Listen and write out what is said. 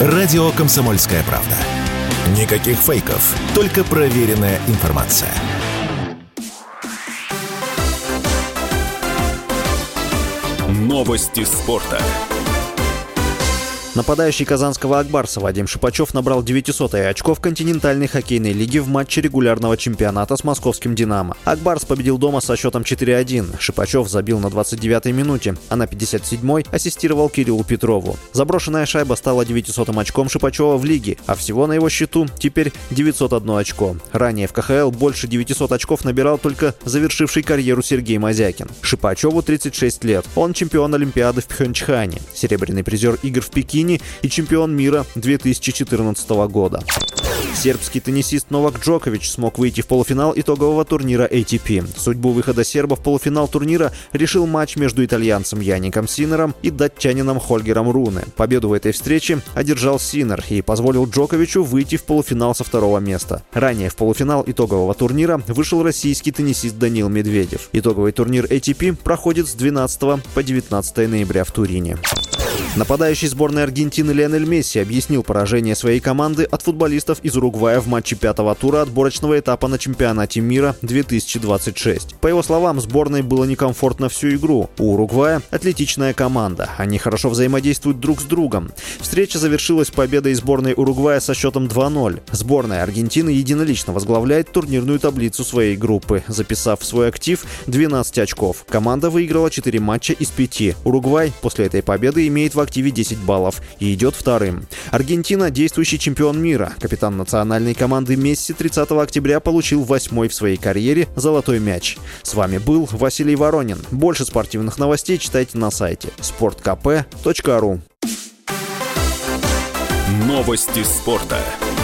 Радио «Комсомольская правда». Никаких фейков, только проверенная информация. Новости спорта. Нападающий казанского «Акбарса» Вадим Шипачев набрал 900-е очко в континентальной хоккейной лиге в матче регулярного чемпионата с московским «Динамо». «Акбарс» победил дома со счетом 4-1. Шипачев забил на 29-й минуте, а на 57-й ассистировал Кириллу Петрову. Заброшенная шайба стала 900-м очком Шипачева в лиге, а всего на его счету теперь 901 очко. Ранее в КХЛ больше 900 очков набирал только завершивший карьеру Сергей Мозякин. Шипачеву 36 лет. Он чемпион Олимпиады в Пхенчхане, серебряный призер игр в Пекине и чемпион мира 2014 года. Сербский теннисист Новак Джокович смог выйти в полуфинал итогового турнира ATP. Судьбу выхода серба в полуфинал турнира решил матч между итальянцем Яником Синнером и датчанином Хольгером Руне. Победу в этой встрече одержал Синнер и позволил Джоковичу выйти в полуфинал со второго места. Ранее в полуфинал итогового турнира вышел российский теннисист Данил Медведев. Итоговый турнир ATP проходит с 12 по 19 ноября в Турине. Нападающий сборной Аргентины Лионель Месси объяснил поражение своей команды от футболистов из Уругвая в матче пятого тура отборочного этапа на чемпионате мира 2026. По его словам, сборной было некомфортно всю игру. У Уругвая атлетичная команда, они хорошо взаимодействуют друг с другом. Встреча завершилась победой сборной Уругвая со счетом 2-0. Сборная Аргентины единолично возглавляет турнирную таблицу своей группы, записав в свой актив 12 очков. Команда выиграла 4 матча из 5. Уругвай после этой победы имеет в активе 10 баллов и идет вторым. Аргентина – действующий чемпион мира. Капитан национальной команды Месси 30 октября получил 8-й в своей карьере золотой мяч. С вами был Василий Воронин. Больше спортивных новостей читайте на сайте sportkp.ru. Новости спорта.